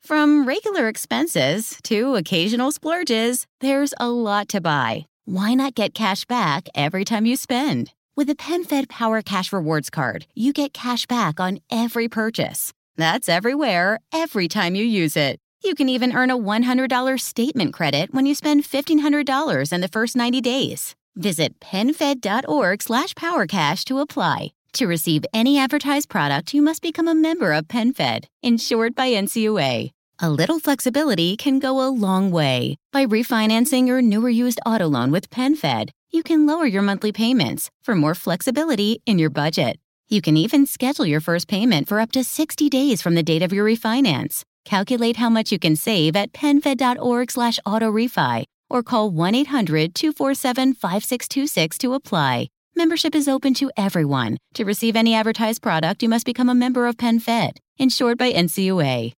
From regular expenses to occasional splurges, there's a lot to buy. Why not get cash back every time you spend? With the PenFed Power Cash Rewards Card, you get cash back on every purchase. That's everywhere, every time you use it. You can even earn a $100 statement credit when you spend $1,500 in the first 90 days. Visit PenFed.org/PowerCash to apply. To receive any advertised product, you must become a member of PenFed, insured by NCUA. A little flexibility can go a long way. By refinancing your new or used auto loan with PenFed, you can lower your monthly payments for more flexibility in your budget. You can even schedule your first payment for up to 60 days from the date of your refinance. Calculate how much you can save at PenFed.org/auto-refi or call 1-800-247-5626 to apply. Membership is open to everyone. To receive any advertised product, you must become a member of PenFed, insured by NCUA.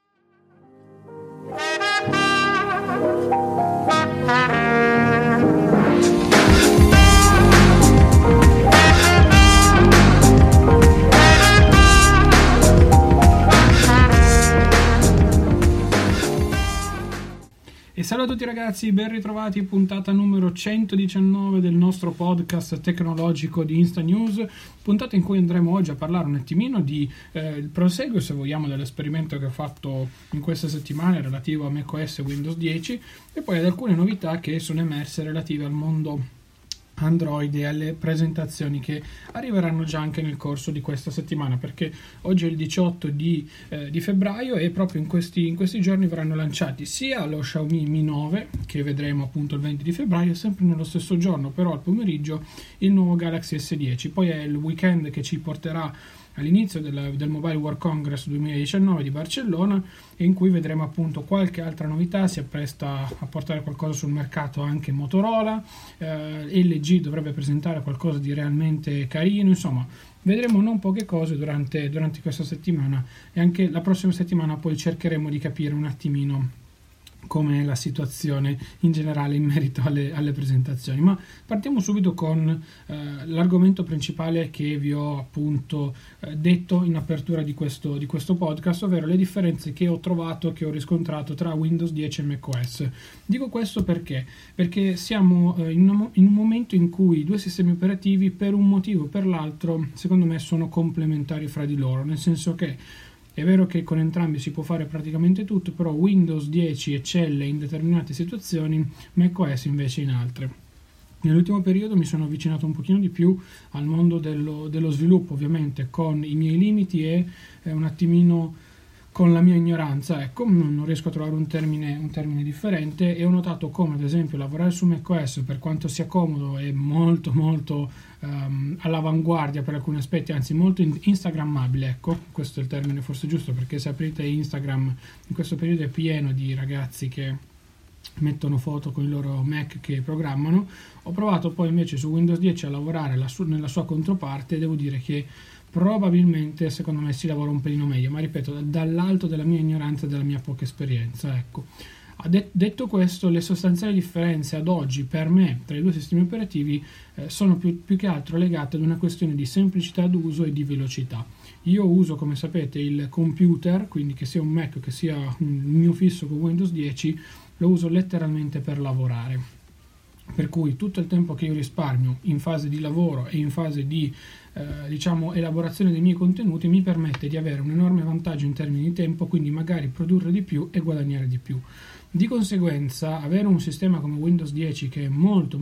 E salve a tutti ragazzi, ben ritrovati, puntata numero 119 del nostro podcast tecnologico di Insta News, puntata in cui andremo oggi a parlare un attimino di il proseguo, se vogliamo, dell'esperimento che ho fatto in queste settimane relativo a macOS e Windows 10 e poi ad alcune novità che sono emerse relative al mondo Android e alle presentazioni che arriveranno già anche nel corso di questa settimana, perché oggi è il 18 di febbraio e proprio in questi giorni verranno lanciati sia lo Xiaomi Mi 9, che vedremo appunto il 20 di febbraio, sempre nello stesso giorno però al pomeriggio il nuovo Galaxy S10. Poi è il weekend che ci porterà all'inizio del Mobile World Congress 2019 di Barcellona, e in cui vedremo appunto qualche altra novità. Si appresta a portare qualcosa sul mercato anche Motorola, LG dovrebbe presentare qualcosa di realmente carino, insomma vedremo non poche cose durante questa settimana, e anche la prossima settimana poi cercheremo di capire un attimino come è la situazione in generale in merito alle presentazioni. Ma partiamo subito con l'argomento principale che vi ho appunto detto in apertura di questo podcast, ovvero le differenze che ho trovato, che ho riscontrato tra Windows 10 e macOS. Dico questo perché siamo in un momento in cui i due sistemi operativi, per un motivo o per l'altro, secondo me sono complementari fra di loro, nel senso che è vero che con entrambi si può fare praticamente tutto, però Windows 10 eccelle in determinate situazioni, macOS invece in altre. Nell'ultimo periodo mi sono avvicinato un pochino di più al mondo dello sviluppo, ovviamente con i miei limiti e un attimino con la mia ignoranza, ecco, non riesco a trovare un termine differente, e ho notato come ad esempio lavorare su macOS, per quanto sia comodo e molto all'avanguardia per alcuni aspetti, anzi molto instagrammabile, ecco, questo è il termine forse giusto, perché se aprite Instagram in questo periodo è pieno di ragazzi che mettono foto con i loro Mac che programmano. Ho provato poi invece su Windows 10 a lavorare nella sua controparte, e devo dire che probabilmente secondo me si lavora un pelino meglio, ma ripeto, dall'alto della mia ignoranza e della mia poca esperienza, ecco. Detto questo, le sostanziali differenze ad oggi per me tra i due sistemi operativi sono più che altro legate ad una questione di semplicità d'uso e di velocità. Io uso, come sapete, il computer, quindi che sia un Mac che sia un mio fisso con Windows 10, lo uso letteralmente per lavorare, per cui tutto il tempo che io risparmio in fase di lavoro e in fase di elaborazione dei miei contenuti mi permette di avere un enorme vantaggio in termini di tempo, quindi magari produrre di più e guadagnare di più. Di conseguenza, avere un sistema come Windows 10 che è molto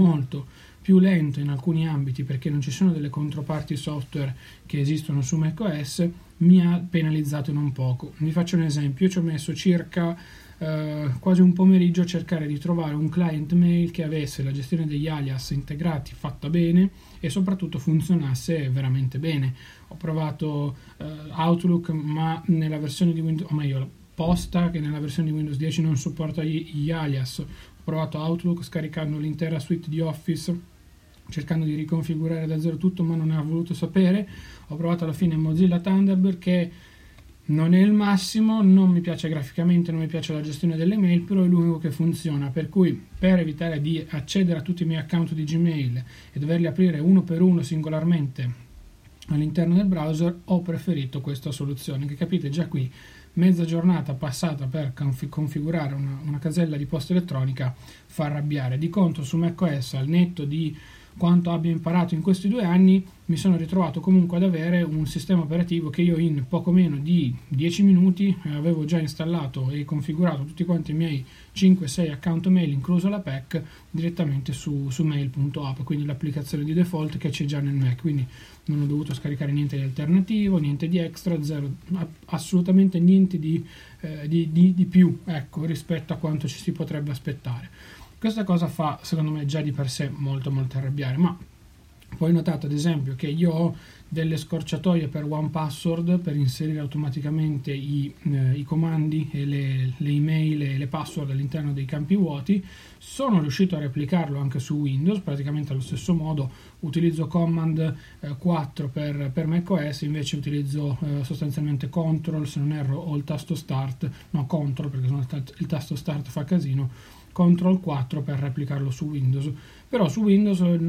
più lento in alcuni ambiti, perché non ci sono delle controparti software che esistono su macOS, mi ha penalizzato non poco. Vi faccio un esempio: io ci ho messo circa quasi un pomeriggio a cercare di trovare un client mail che avesse la gestione degli alias integrati fatta bene e soprattutto funzionasse veramente bene. Ho provato Outlook, ma nella versione di Windows, o meglio Posta, che nella versione di Windows 10 non supporta gli alias. Ho provato Outlook scaricando l'intera suite di Office, cercando di riconfigurare da zero tutto, ma non ha voluto sapere. Ho provato alla fine Mozilla Thunderbird, che non è il massimo, non mi piace graficamente, non mi piace la gestione delle mail, però è l'unico che funziona, per cui per evitare di accedere a tutti i miei account di Gmail e doverli aprire uno per uno singolarmente all'interno del browser, ho preferito questa soluzione, che capite già qui mezza giornata passata per configurare una casella di posta elettronica fa arrabbiare. Di contro su macOS, al netto di quanto abbia imparato in questi 2 anni, mi sono ritrovato comunque ad avere un sistema operativo che io in poco meno di 10 minuti avevo già installato e configurato tutti quanti i miei 5-6 account mail, incluso la PEC, direttamente su mail.app, quindi l'applicazione di default che c'è già nel Mac, quindi non ho dovuto scaricare niente di alternativo, niente di extra, zero, assolutamente niente di più, ecco, rispetto a quanto ci si potrebbe aspettare. Questa cosa fa, secondo me, già di per sé molto arrabbiare, ma poi notate ad esempio che io ho delle scorciatoie per OnePassword per inserire automaticamente i comandi e le email e le password all'interno dei campi vuoti. Sono riuscito a replicarlo anche su Windows, praticamente allo stesso modo. Utilizzo Command 4 per macOS, invece utilizzo sostanzialmente Control, se non erro, o il tasto Start, no Control, perché il tasto Start fa casino, Control 4 per replicarlo su Windows. Però su Windows il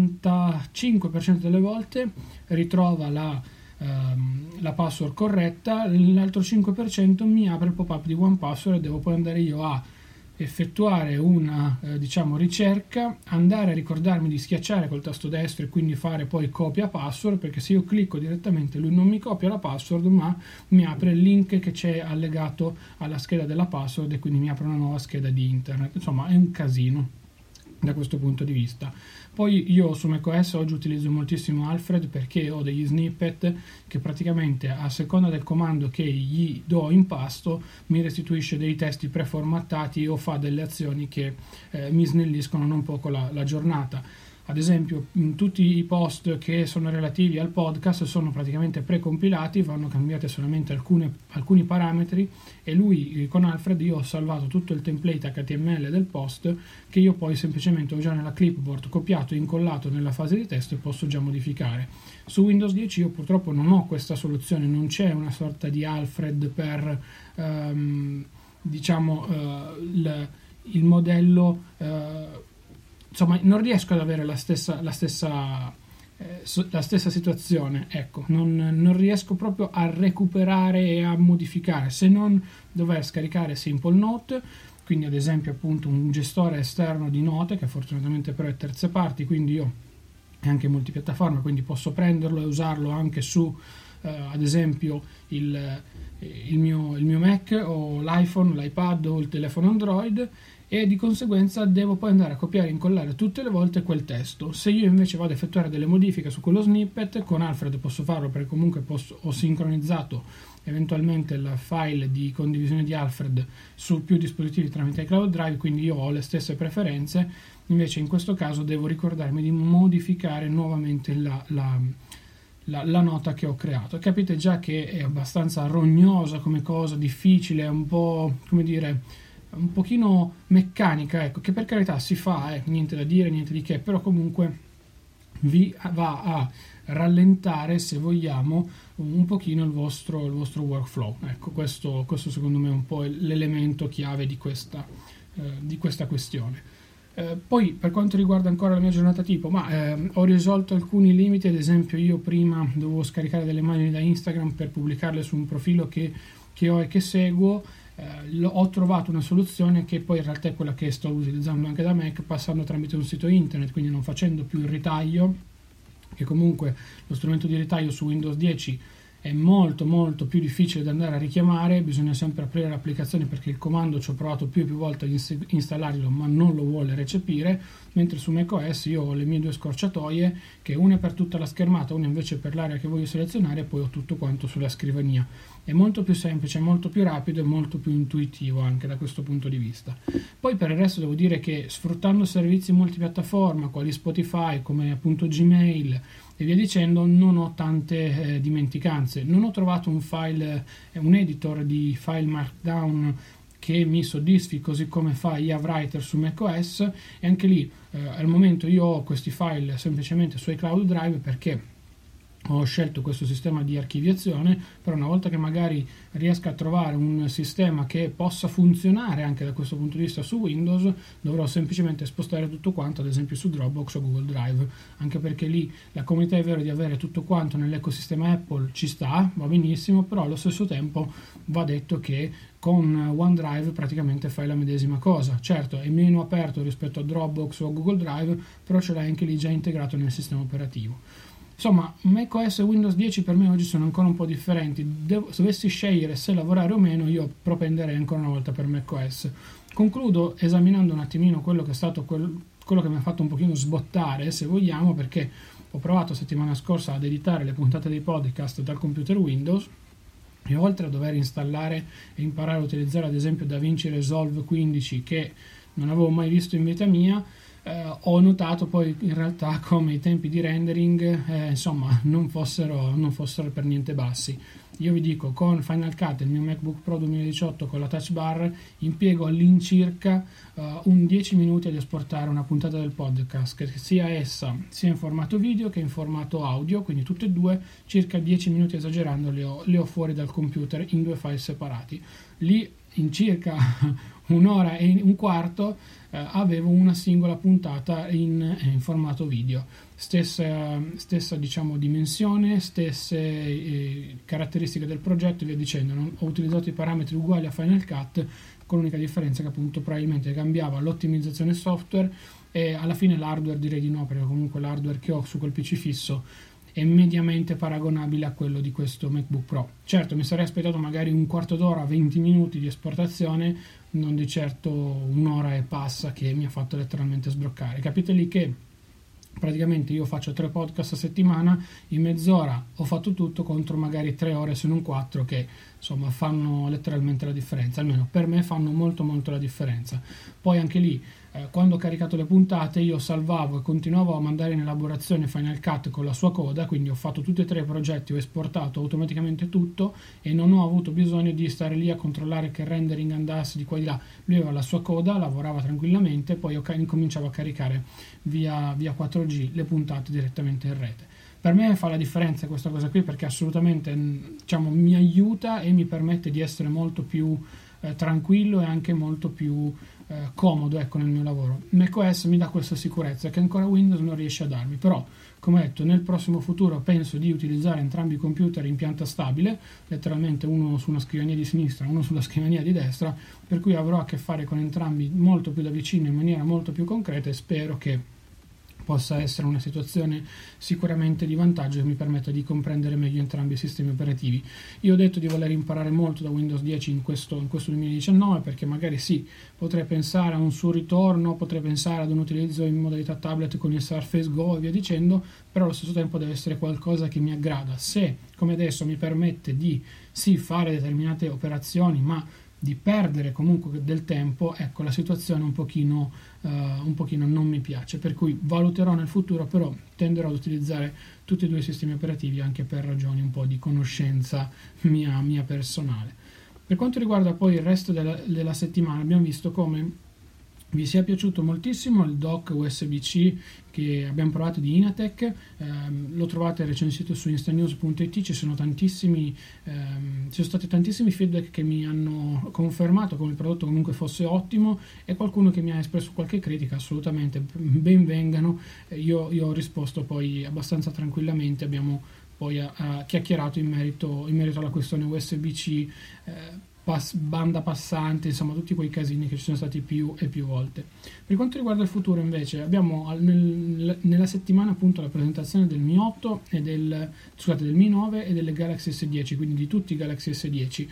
95% delle volte ritrova la password corretta, l'altro 5% mi apre il pop-up di OnePassword e devo poi andare io a effettuare una ricerca, andare a ricordarmi di schiacciare col tasto destro e quindi fare poi copia password, perché se io clicco direttamente lui non mi copia la password ma mi apre il link che c'è allegato alla scheda della password e quindi mi apre una nuova scheda di internet. Insomma, è un casino da questo punto di vista. Poi io su macOS oggi utilizzo moltissimo Alfred perché ho degli snippet che praticamente a seconda del comando che gli do in pasto mi restituisce dei testi preformattati o fa delle azioni che mi snelliscono non poco la giornata. Ad esempio, tutti i post che sono relativi al podcast sono praticamente precompilati, vanno cambiate solamente alcuni parametri e lui con Alfred io ho salvato tutto il template HTML del post che io poi semplicemente ho già nella clipboard copiato e incollato nella fase di testo e posso già modificare. Su Windows 10 io purtroppo non ho questa soluzione, non c'è una sorta di Alfred per il modello. Insomma, non riesco ad avere la stessa situazione, ecco, non riesco proprio a recuperare e a modificare, se non dover scaricare Simple Note, quindi ad esempio appunto un gestore esterno di note che fortunatamente però è terze parti, quindi io è anche multipiattaforma, quindi posso prenderlo e usarlo anche su ad esempio il mio Mac o l'iPhone, l'iPad o il telefono Android, e di conseguenza devo poi andare a copiare e incollare tutte le volte quel testo. Se io invece vado a effettuare delle modifiche su quello snippet, con Alfred posso farlo perché comunque ho sincronizzato eventualmente il file di condivisione di Alfred su più dispositivi tramite iCloud Drive, quindi io ho le stesse preferenze. Invece in questo caso devo ricordarmi di modificare nuovamente la nota che ho creato. Capite già che è abbastanza rognosa come cosa, difficile, è un po', come dire, un pochino meccanica, ecco, che per carità si fa, niente da dire, niente di che, però comunque vi va a rallentare, se vogliamo, un pochino il vostro workflow. Ecco, questo secondo me è un po' l'elemento chiave di questa questione. Poi per quanto riguarda ancora la mia giornata tipo, ho risolto alcuni limiti. Ad esempio io prima dovevo scaricare delle immagini da Instagram per pubblicarle su un profilo che ho e che seguo. Ho trovato una soluzione che poi in realtà è quella che sto utilizzando anche da Mac, passando tramite un sito internet, quindi non facendo più il ritaglio, che comunque lo strumento di ritaglio su Windows 10 è molto più difficile da andare a richiamare, bisogna sempre aprire l'applicazione perché il comando ci ho provato più e più volte ad installarlo ma non lo vuole recepire, mentre su macOS io ho le mie 2 scorciatoie, che una è per tutta la schermata, una invece per l'area che voglio selezionare, e poi ho tutto quanto sulla scrivania. È molto più semplice, molto più rapido e molto più intuitivo anche da questo punto di vista. Poi per il resto devo dire che sfruttando servizi multipiattaforma quali Spotify, come appunto Gmail e via dicendo, non ho tante dimenticanze. Non ho trovato un editor di file markdown che mi soddisfi così come fa YaVWriter su macOS, e anche lì al momento io ho questi file semplicemente su iCloud Drive perché ho scelto questo sistema di archiviazione, però una volta che magari riesca a trovare un sistema che possa funzionare anche da questo punto di vista su Windows, dovrò semplicemente spostare tutto quanto ad esempio su Dropbox o Google Drive, anche perché lì la comodità è vero di avere tutto quanto nell'ecosistema Apple, ci sta, va benissimo, però allo stesso tempo va detto che con OneDrive praticamente fai la medesima cosa. Certo, è meno aperto rispetto a Dropbox o a Google Drive, però ce l'hai anche lì già integrato nel sistema operativo. Insomma, macOS e Windows 10 per me oggi sono ancora un po' differenti. Se dovessi scegliere se lavorare o meno, io propenderei ancora una volta per macOS. Concludo esaminando un attimino quello che è stato quello che mi ha fatto un pochino sbottare, se vogliamo, perché ho provato settimana scorsa ad editare le puntate dei podcast dal computer Windows, e oltre a dover installare e imparare a utilizzare ad esempio DaVinci Resolve 15, che non avevo mai visto in vita mia, ho notato poi in realtà come i tempi di rendering insomma non fossero per niente bassi. Io vi dico, con Final Cut, il mio MacBook Pro 2018 con la Touch Bar, impiego all'incirca un 10 minuti ad esportare una puntata del podcast, che sia essa sia in formato video che in formato audio, quindi tutte e due, circa 10 minuti esagerando le ho fuori dal computer in due file separati. Lì in circa un'ora e un quarto avevo una singola puntata in formato video, stessa diciamo dimensione, stesse caratteristiche del progetto e via dicendo. Ho utilizzato i parametri uguali a Final Cut, con l'unica differenza che appunto probabilmente cambiava l'ottimizzazione software, e alla fine l'hardware direi di no, perché comunque l'hardware che ho su quel PC fisso è mediamente paragonabile a quello di questo MacBook Pro. Certo, mi sarei aspettato magari un quarto d'ora, 20 minuti di esportazione, non di certo un'ora e passa che mi ha fatto letteralmente sbloccare. Capite lì che praticamente io faccio 3 podcast a settimana, in mezz'ora ho fatto tutto contro magari 3 ore se non 4 che insomma fanno letteralmente la differenza, almeno per me fanno molto molto la differenza. Poi anche lì quando ho caricato le puntate io salvavo e continuavo a mandare in elaborazione Final Cut con la sua coda, quindi ho fatto tutti e 3 i progetti, ho esportato automaticamente tutto e non ho avuto bisogno di stare lì a controllare che il rendering andasse di qua e di là. Lui aveva la sua coda, lavorava tranquillamente, poi incominciavo a caricare via 4G le puntate direttamente in rete. Per me fa la differenza questa cosa qui, perché assolutamente diciamo, mi aiuta e mi permette di essere molto più tranquillo e anche molto più comodo, ecco, nel mio lavoro. macOS mi dà questa sicurezza che ancora Windows non riesce a darmi, però come detto nel prossimo futuro penso di utilizzare entrambi i computer in pianta stabile, letteralmente uno su una scrivania di sinistra, uno sulla scrivania di destra, per cui avrò a che fare con entrambi molto più da vicino, in maniera molto più concreta, e spero che possa essere una situazione sicuramente di vantaggio che mi permetta di comprendere meglio entrambi i sistemi operativi. Io ho detto di voler imparare molto da Windows 10 in questo 2019, perché magari sì, potrei pensare a un suo ritorno, potrei pensare ad un utilizzo in modalità tablet con il Surface Go e via dicendo, però allo stesso tempo deve essere qualcosa che mi aggrada. Se come adesso mi permette di sì fare determinate operazioni, ma di perdere comunque del tempo, ecco, la situazione un pochino non mi piace, per cui valuterò nel futuro, però tenderò ad utilizzare tutti e due i sistemi operativi anche per ragioni un po' di conoscenza mia personale. Per quanto riguarda poi il resto della settimana, abbiamo visto come vi sia piaciuto moltissimo il dock USB-C che abbiamo provato di Inatec, lo trovate recensito su instanews.it. ci sono stati tantissimi feedback che mi hanno confermato come il prodotto comunque fosse ottimo, e qualcuno che mi ha espresso qualche critica. Assolutamente ben vengano. Io ho risposto poi abbastanza tranquillamente, abbiamo poi chiacchierato in merito alla questione USB-C, banda passante, insomma tutti quei casini che ci sono stati più e più volte. Per quanto riguarda il futuro invece, abbiamo nella settimana appunto la presentazione del Mi 8 e del Mi 9 e delle Galaxy S10, quindi di tutti i Galaxy S10.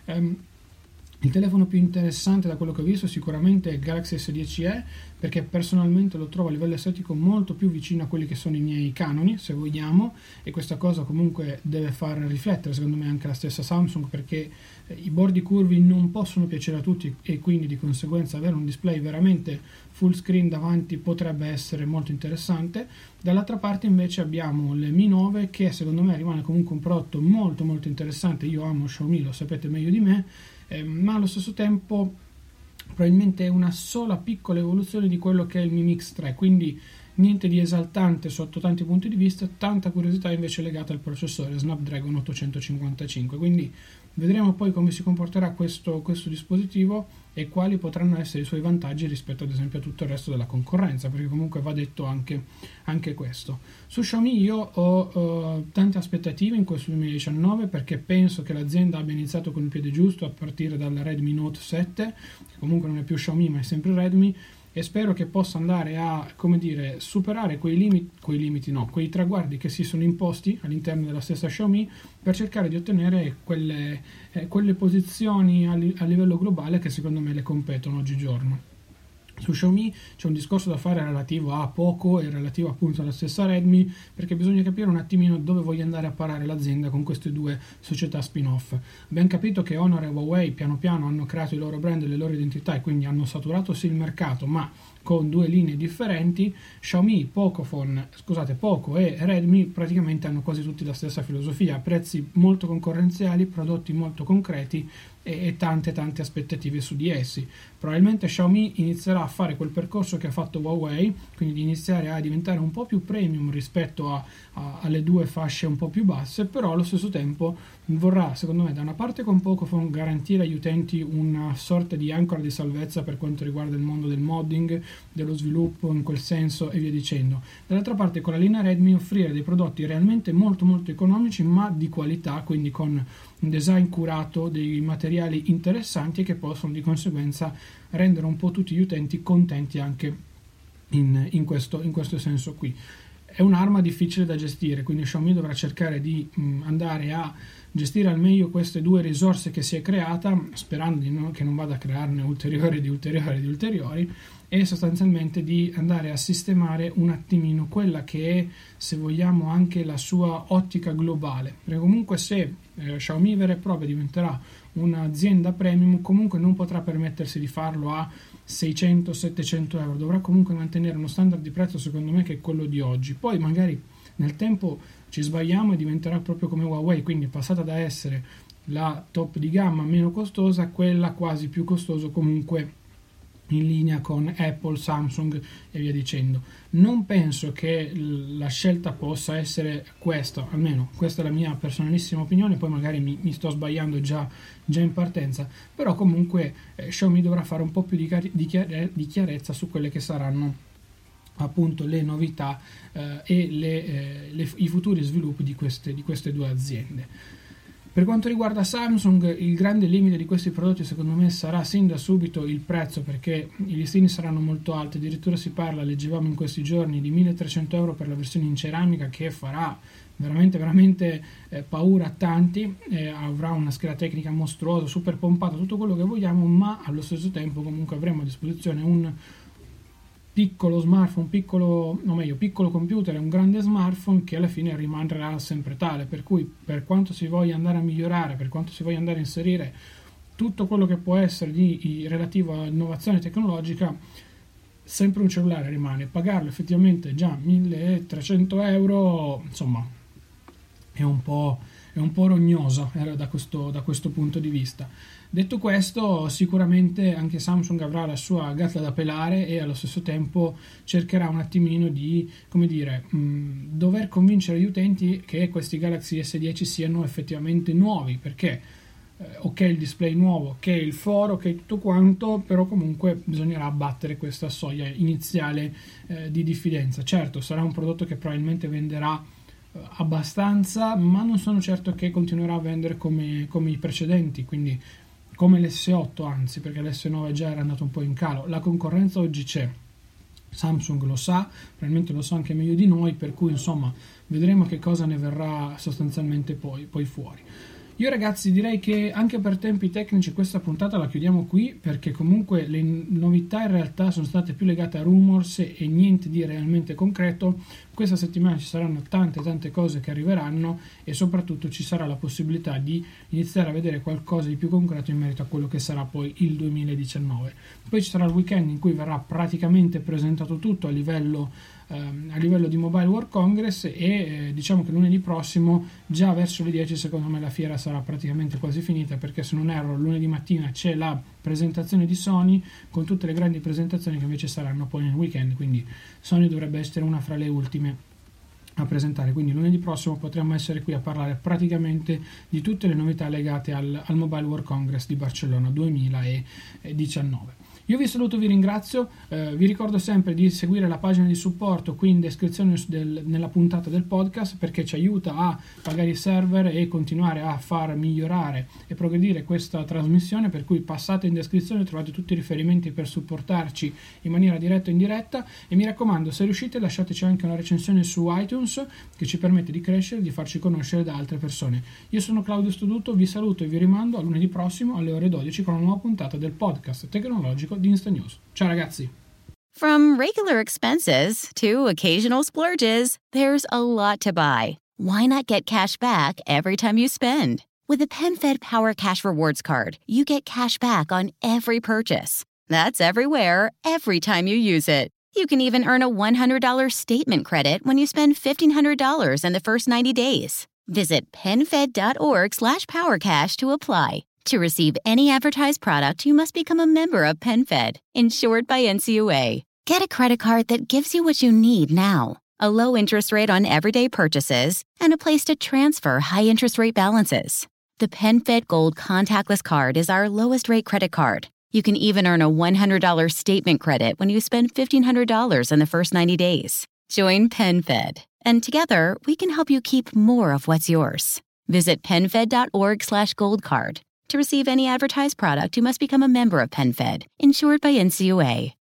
Il telefono più interessante da quello che ho visto sicuramente è il Galaxy S10e, perché personalmente lo trovo a livello estetico molto più vicino a quelli che sono i miei canoni, se vogliamo, e questa cosa comunque deve far riflettere secondo me anche la stessa Samsung, perché i bordi curvi non possono piacere a tutti, e quindi di conseguenza avere un display veramente full screen davanti potrebbe essere molto interessante. Dall'altra parte invece abbiamo le Mi 9, che secondo me rimane comunque un prodotto molto molto interessante. Io amo Xiaomi, lo sapete meglio di me, ma allo stesso tempo probabilmente è una sola piccola evoluzione di quello che è il Mi Mix 3, quindi niente di esaltante sotto tanti punti di vista, tanta curiosità invece legata al processore Snapdragon 855, quindi vedremo poi come si comporterà questo dispositivo e quali potranno essere i suoi vantaggi rispetto ad esempio a tutto il resto della concorrenza, perché comunque va detto anche questo. Su Xiaomi io ho tante aspettative in questo 2019, perché penso che l'azienda abbia iniziato con il piede giusto a partire dal Redmi Note 7, che comunque non è più Xiaomi ma è sempre Redmi, e spero che possa andare a, come dire, superare quei traguardi che si sono imposti all'interno della stessa Xiaomi, per cercare di ottenere quelle posizioni a livello globale che secondo me le competono oggigiorno. Su Xiaomi c'è un discorso da fare relativo a Poco e relativo appunto alla stessa Redmi, perché bisogna capire un attimino dove voglia andare a parare l'azienda con queste due società spin-off. Abbiamo capito che Honor e Huawei piano piano hanno creato i loro brand e le loro identità e quindi hanno saturato sì il mercato, ma con due linee differenti. Xiaomi, Poco e Redmi praticamente hanno quasi tutti la stessa filosofia, prezzi molto concorrenziali, prodotti molto concreti e tante aspettative su di essi. Probabilmente Xiaomi inizierà a fare quel percorso che ha fatto Huawei, quindi di iniziare a diventare un po' più premium rispetto alle due fasce un po' più basse, però allo stesso tempo vorrà, secondo me, da una parte con Pocophone garantire agli utenti una sorta di ancora di salvezza per quanto riguarda il mondo del modding, dello sviluppo in quel senso e via dicendo. Dall'altra parte con la linea Redmi offrire dei prodotti realmente molto economici ma di qualità, quindi con un design curato, dei materiali interessanti e che possono di conseguenza rendere un po' tutti gli utenti contenti anche in questo senso qui. È un'arma difficile da gestire, quindi Xiaomi dovrà cercare di andare a gestire al meglio queste due risorse che si è creata, sperando che non vada a crearne ulteriori e sostanzialmente di andare a sistemare un attimino quella che è, se vogliamo, anche la sua ottica globale, perché comunque se Xiaomi vera e propria diventerà un'azienda premium, comunque non potrà permettersi di farlo a 600-700 euro, dovrà comunque mantenere uno standard di prezzo secondo me che è quello di oggi. Poi magari nel tempo ci sbagliamo e diventerà proprio come Huawei, quindi passata da essere la top di gamma meno costosa a quella quasi più costosa, comunque in linea con Apple, Samsung e via dicendo. Non penso che la scelta possa essere questa, almeno questa è la mia personalissima opinione, poi magari mi sto sbagliando già in partenza, però comunque Xiaomi dovrà fare un po' più di chiarezza su quelle che saranno appunto le novità e i futuri sviluppi di queste due aziende. Per quanto riguarda Samsung, il grande limite di questi prodotti secondo me sarà sin da subito il prezzo, perché i listini saranno molto alti, addirittura si parla, leggevamo in questi giorni, di 1.300 euro per la versione in ceramica, che farà veramente paura a tanti, avrà una scheda tecnica mostruosa, super pompata, tutto quello che vogliamo, ma allo stesso tempo comunque avremo a disposizione un piccolo smartphone, piccolo computer e un grande smartphone che alla fine rimarrà sempre tale, per cui per quanto si voglia andare a migliorare, per quanto si voglia andare a inserire tutto quello che può essere relativo a innovazione tecnologica, sempre un cellulare rimane. Pagarlo effettivamente già 1.300 euro, insomma, è un po' rognoso da questo punto di vista. Detto questo, sicuramente anche Samsung avrà la sua gatta da pelare e allo stesso tempo cercherà un attimino di, dover convincere gli utenti che questi Galaxy S10 siano effettivamente nuovi, perché ok il display nuovo, ok il foro, ok tutto quanto, però comunque bisognerà abbattere questa soglia iniziale di diffidenza. Certo, sarà un prodotto che probabilmente venderà abbastanza, ma non sono certo che continuerà a vendere come i precedenti, quindi come l'S8 anzi, perché l'S9 già era andato un po' in calo. La concorrenza oggi c'è, Samsung lo sa, probabilmente lo sa anche meglio di noi, per cui insomma vedremo che cosa ne verrà sostanzialmente poi fuori. Io ragazzi direi che anche per tempi tecnici questa puntata la chiudiamo qui, perché comunque le novità in realtà sono state più legate a rumors e niente di realmente concreto. Questa settimana ci saranno tante cose che arriveranno e soprattutto ci sarà la possibilità di iniziare a vedere qualcosa di più concreto in merito a quello che sarà poi il 2019. Poi ci sarà il weekend in cui verrà praticamente presentato tutto a livello a livello di Mobile World Congress e diciamo che lunedì prossimo, già verso le 10, secondo me la fiera sarà praticamente quasi finita, perché se non erro lunedì mattina c'è la presentazione di Sony con tutte le grandi presentazioni che invece saranno poi nel weekend, quindi Sony dovrebbe essere una fra le ultime a presentare, quindi lunedì prossimo potremmo essere qui a parlare praticamente di tutte le novità legate al Mobile World Congress di Barcellona 2019. Io vi saluto, vi ringrazio, vi ricordo sempre di seguire la pagina di supporto qui in descrizione nella puntata del podcast, perché ci aiuta a pagare i server e continuare a far migliorare e progredire questa trasmissione, per cui passate in descrizione, trovate tutti i riferimenti per supportarci in maniera diretta o indiretta, e mi raccomando, se riuscite lasciateci anche una recensione su iTunes che ci permette di crescere e di farci conoscere da altre persone. Io sono Claudio Stoduto, vi saluto e vi rimando a lunedì prossimo alle ore 12 con una nuova puntata del podcast tecnologico di Instant News. Ciao ragazzi! From regular expenses to occasional splurges, there's a lot to buy. Why not get cash back every time you spend? With the PenFed Power Cash Rewards Card, you get cash back on every purchase. That's everywhere, every time you use it. You can even earn a $100 statement credit when you spend $1,500 in the first 90 days. Visit PenFed.org/PowerCash to apply. To receive any advertised product, you must become a member of PenFed, insured by NCUA. Get a credit card that gives you what you need now. A low interest rate on everyday purchases and a place to transfer high interest rate balances. The PenFed Gold Contactless Card is our lowest rate credit card. You can even earn a $100 statement credit when you spend $1,500 in the first 90 days. Join PenFed, and together we can help you keep more of what's yours. Visit PenFed.org/goldcard. To receive any advertised product, you must become a member of PenFed, insured by NCUA.